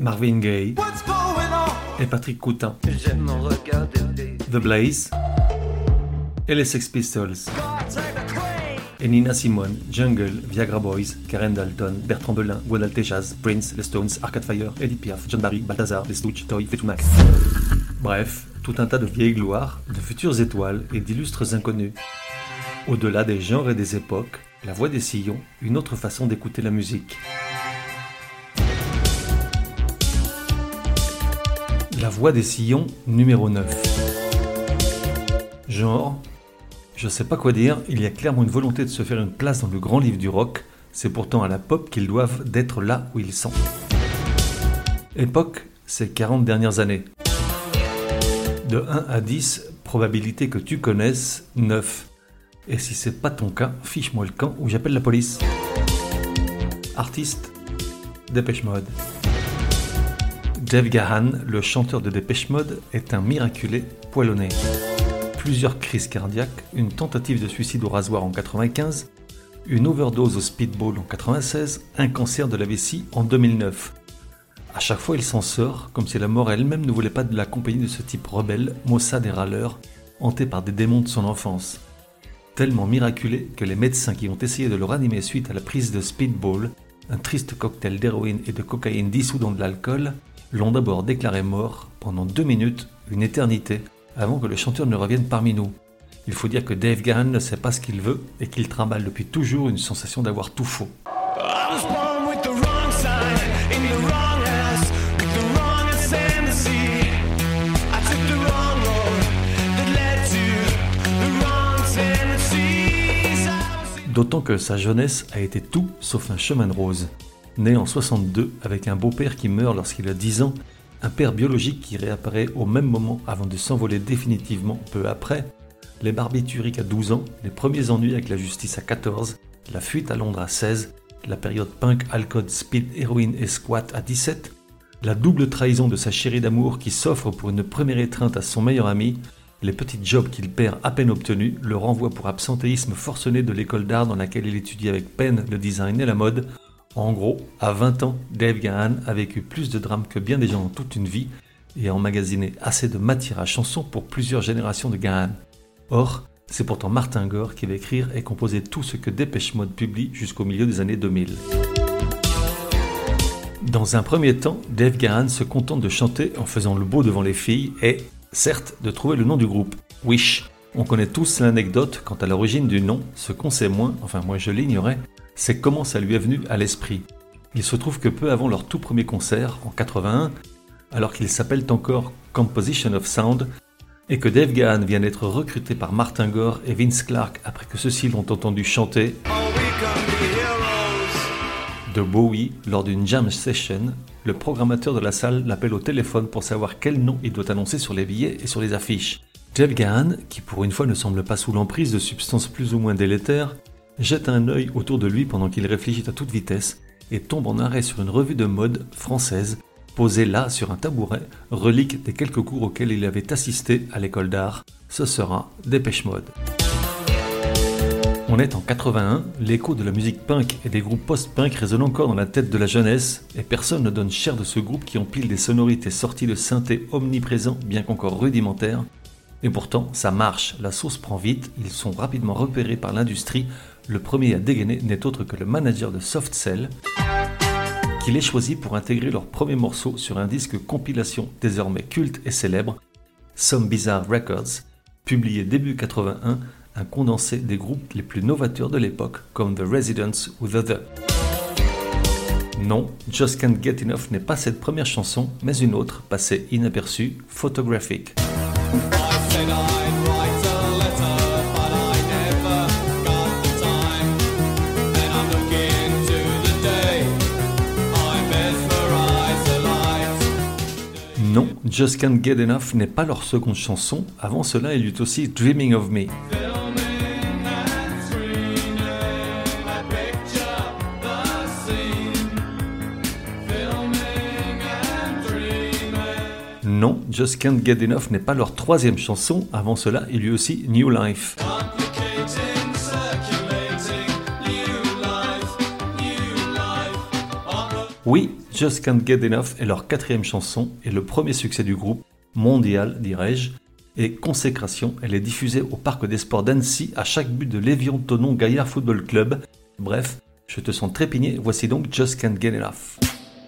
Marvin Gaye et Patrick Coutin, The Blaze et les Sex Pistols, et Nina Simone, Jungle, Viagra Boys, Karen Dalton, Bertrand Belin, Gwenal Tejas, Prince, les Stones, Arcade Fire, Edith Piaf, John Barry, Balthazar, les Stooges, Toy, Fleetwood Mac. Bref, tout un tas de vieilles gloires, de futures étoiles et d'illustres inconnus. Au-delà des genres et des époques, La Voix des Sillons, une autre façon d'écouter la musique. La Voix des Sillons, numéro 9. Genre, je sais pas quoi dire, il y a clairement une volonté de se faire une place dans le grand livre du rock, c'est pourtant à la pop qu'ils doivent d'être là où ils sont. Époque, c'est 40 dernières années. De 1 à 10, probabilité que tu connaisses, 9. Et si c'est pas ton cas, fiche-moi le camp ou j'appelle la police. Artiste, Depeche Mode. Dave Gahan, le chanteur de Depeche Mode, est un miraculé poilonné. Plusieurs crises cardiaques, une tentative de suicide au rasoir en 95, une overdose au speedball en 96, un cancer de la vessie en 2009. À chaque fois, il s'en sort, comme si la mort elle-même ne voulait pas de la compagnie de ce type rebelle, maussade et râleur, hanté par des démons de son enfance. Tellement miraculé que les médecins qui ont essayé de le ranimer suite à la prise de speedball, un triste cocktail d'héroïne et de cocaïne dissous dans de l'alcool, l'ont d'abord déclaré mort pendant 2 minutes, une éternité, avant que le chanteur ne revienne parmi nous. Il faut dire que Dave Gahan ne sait pas ce qu'il veut et qu'il trimballe depuis toujours une sensation d'avoir tout faux. D'autant que sa jeunesse a été tout sauf un chemin de rose. Né en 62 avec un beau-père qui meurt lorsqu'il a 10 ans, un père biologique qui réapparaît au même moment avant de s'envoler définitivement peu après, les barbituriques à 12 ans, les premiers ennuis avec la justice à 14, la fuite à Londres à 16, la période punk, alcool, speed, héroïne et squat à 17, la double trahison de sa chérie d'amour qui s'offre pour une première étreinte à son meilleur ami, les petits jobs qu'il perd à peine obtenus, le renvoi pour absentéisme forcené de l'école d'art dans laquelle il étudie avec peine le design et la mode. En gros, à 20 ans, Dave Gahan a vécu plus de drames que bien des gens dans toute une vie et a emmagasiné assez de matière à chansons pour plusieurs générations de Gahan. Or, c'est pourtant Martin Gore qui va écrire et composer tout ce que Depeche Mode publie jusqu'au milieu des années 2000. Dans un premier temps, Dave Gahan se contente de chanter en faisant le beau devant les filles et, certes, de trouver le nom du groupe, Wish. On connaît tous l'anecdote quant à l'origine du nom, ce qu'on sait moins, enfin moi je l'ignorais, c'est comment ça lui est venu à l'esprit. Il se trouve que peu avant leur tout premier concert, en 81, alors qu'ils s'appellent encore Composition of Sound, et que Dave Gahan vient d'être recruté par Martin Gore et Vince Clarke après que ceux-ci l'ont entendu chanter de Bowie lors d'une jam session, le programmateur de la salle l'appelle au téléphone pour savoir quel nom il doit annoncer sur les billets et sur les affiches. Dave Gahan, qui pour une fois ne semble pas sous l'emprise de substances plus ou moins délétères, jette un œil autour de lui pendant qu'il réfléchit à toute vitesse et tombe en arrêt sur une revue de mode française, posée là sur un tabouret, relique des quelques cours auxquels il avait assisté à l'école d'art. Ce sera Depeche Mode. On est en 81, l'écho de la musique punk et des groupes post-punk résonne encore dans la tête de la jeunesse, et personne ne donne cher de ce groupe qui empile des sonorités sorties de synthés omniprésents, bien qu'encore rudimentaires. Et pourtant, ça marche, la sauce prend vite, ils sont rapidement repérés par l'industrie. Le premier à dégainer n'est autre que le manager de Soft Cell, qui les choisit pour intégrer leur premier morceau sur un disque compilation désormais culte et célèbre, Some Bizarre Records, publié début 81, un condensé des groupes les plus novateurs de l'époque, comme The Residents ou The. Non, Just Can't Get Enough n'est pas cette première chanson, mais une autre, passée inaperçue, Photographic. Non, Just Can't Get Enough n'est pas leur seconde chanson, avant cela il y eut aussi Dreaming of Me. Non, Just Can't Get Enough n'est pas leur troisième chanson, avant cela il y eut aussi New Life. Oui, Just Can't Get Enough est leur 4e chanson et le premier succès du groupe, mondial dirais-je, et consécration, elle est diffusée au Parc des Sports d'Annecy à chaque but de l'Évian-Thonon Gaillard Football Club. Bref, je te sens trépigné, voici donc Just Can't Get Enough.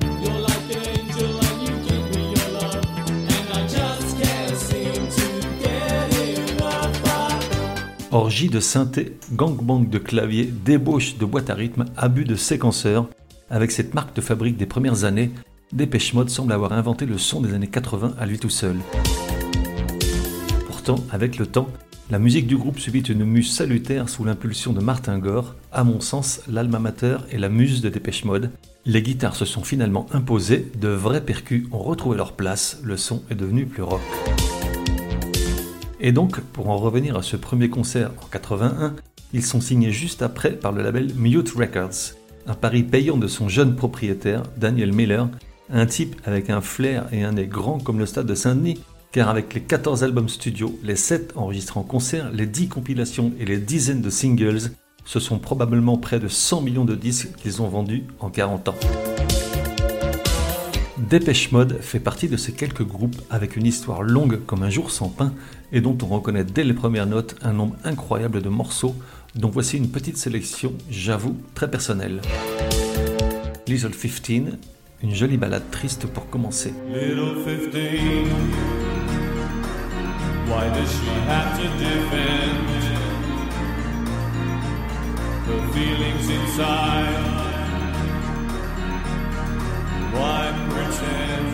Orgie de synthé, gangbang de clavier, débauche de boîte à rythme, abus de séquenceurs. Avec cette marque de fabrique des premières années, Depeche Mode semble avoir inventé le son des années 80 à lui tout seul. Pourtant, avec le temps, la musique du groupe subit une mue salutaire sous l'impulsion de Martin Gore, à mon sens l'alma mater et la muse de Depeche Mode. Les guitares se sont finalement imposées, de vrais percus ont retrouvé leur place, le son est devenu plus rock. Et donc, pour en revenir à ce premier concert en 81, ils sont signés juste après par le label Mute Records, un pari payant de son jeune propriétaire, Daniel Miller, un type avec un flair et un nez grand comme le stade de Saint-Denis, car avec les 14 albums studio, les 7 enregistrés en concert, les 10 compilations et les dizaines de singles, ce sont probablement près de 100 millions de disques qu'ils ont vendus en 40 ans. Depeche Mode fait partie de ces quelques groupes avec une histoire longue comme un jour sans pain et dont on reconnaît dès les premières notes un nombre incroyable de morceaux, dont voici une petite sélection, j'avoue, très personnelle. Little 15, une jolie ballade triste pour commencer. Little 15, why does she have to defend the feelings inside? Why pretend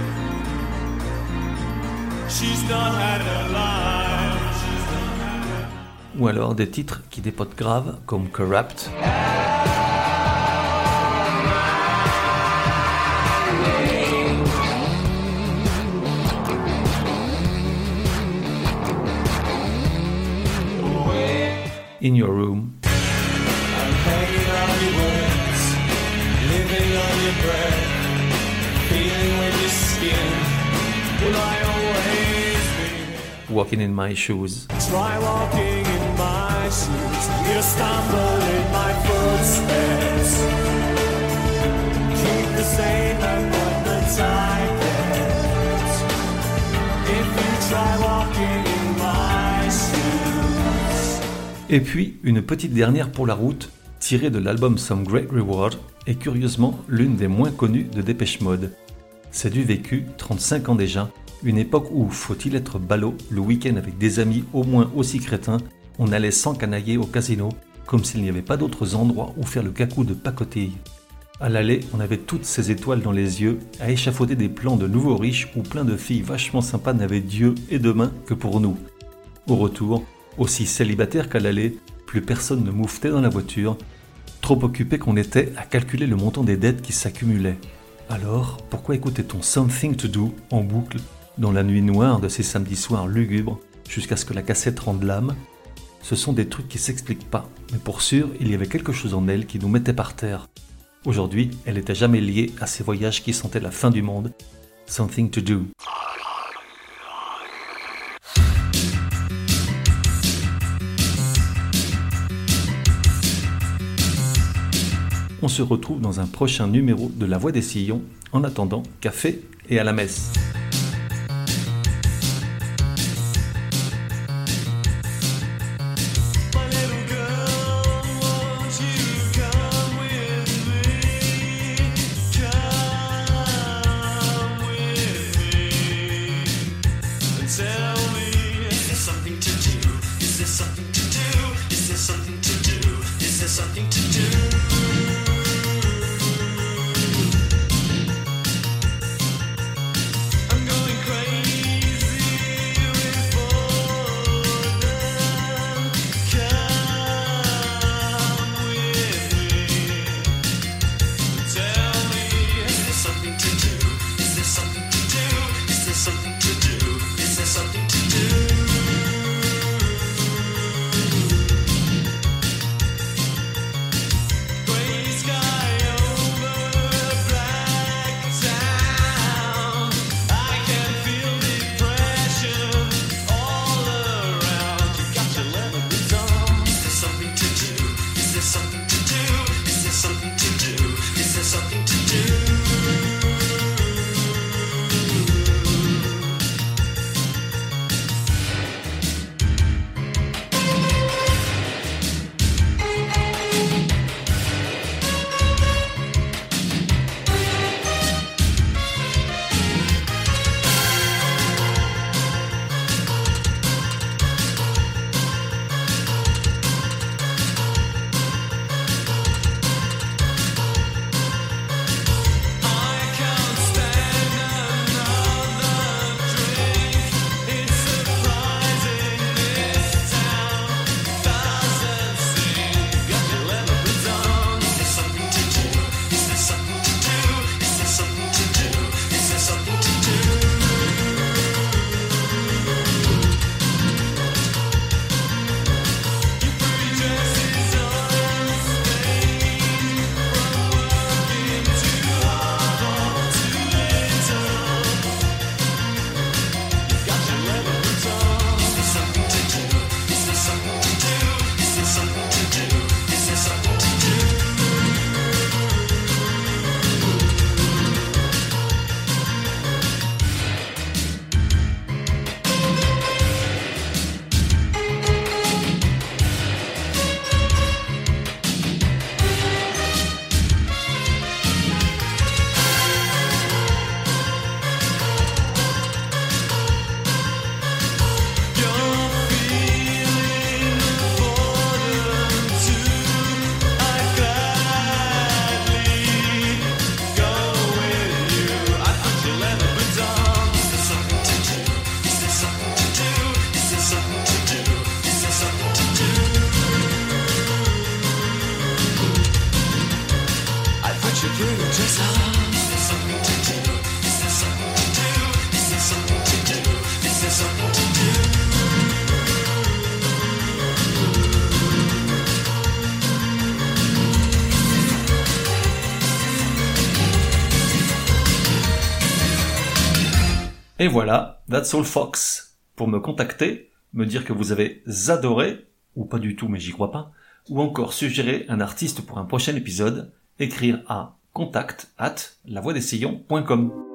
she's not had a life? Ou alors des titres qui dépotent grave comme Corrupt. In Your Room. I'm hanging on your words, living on your breath, feeling with your skin. Will I always be here? Walking in My Shoes. Try walking in my shoes, you'll stumble in my footsteps. Keep the same appointments I kept. If you try walking in my shoes. Et puis, une petite dernière pour la route, tirée de l'album Some Great Reward, et curieusement l'une des moins connues de Depeche Mode. C'est du vécu, 35 ans déjà, une époque où, faut-il être ballot, le week-end avec des amis au moins aussi crétins, on allait s'encanailler au casino, comme s'il n'y avait pas d'autres endroits où faire le cacou de pacotille. À l'aller, on avait toutes ces étoiles dans les yeux, à échafauder des plans de nouveaux riches où plein de filles vachement sympas n'avaient Dieu et demain que pour nous. Au retour, aussi célibataire qu'à l'aller, plus personne ne mouftait dans la voiture, trop occupé qu'on était à calculer le montant des dettes qui s'accumulaient. Alors, pourquoi écoutait-on Something to Do en boucle dans la nuit noire de ces samedis soirs lugubres jusqu'à ce que la cassette rende l'âme? Ce sont des trucs qui s'expliquent pas, mais pour sûr, il y avait quelque chose en elle qui nous mettait par terre. Aujourd'hui, elle n'était jamais liée à ces voyages qui sentaient la fin du monde. Something to Do. On se retrouve dans un prochain numéro de La Voix des Sillons. En attendant, café et à la messe. Et voilà, that's all folks. Pour me contacter, me dire que vous avez adoré, ou pas du tout mais j'y crois pas, ou encore suggérer un artiste pour un prochain épisode, écrire à contact@lavoixdessillons.com.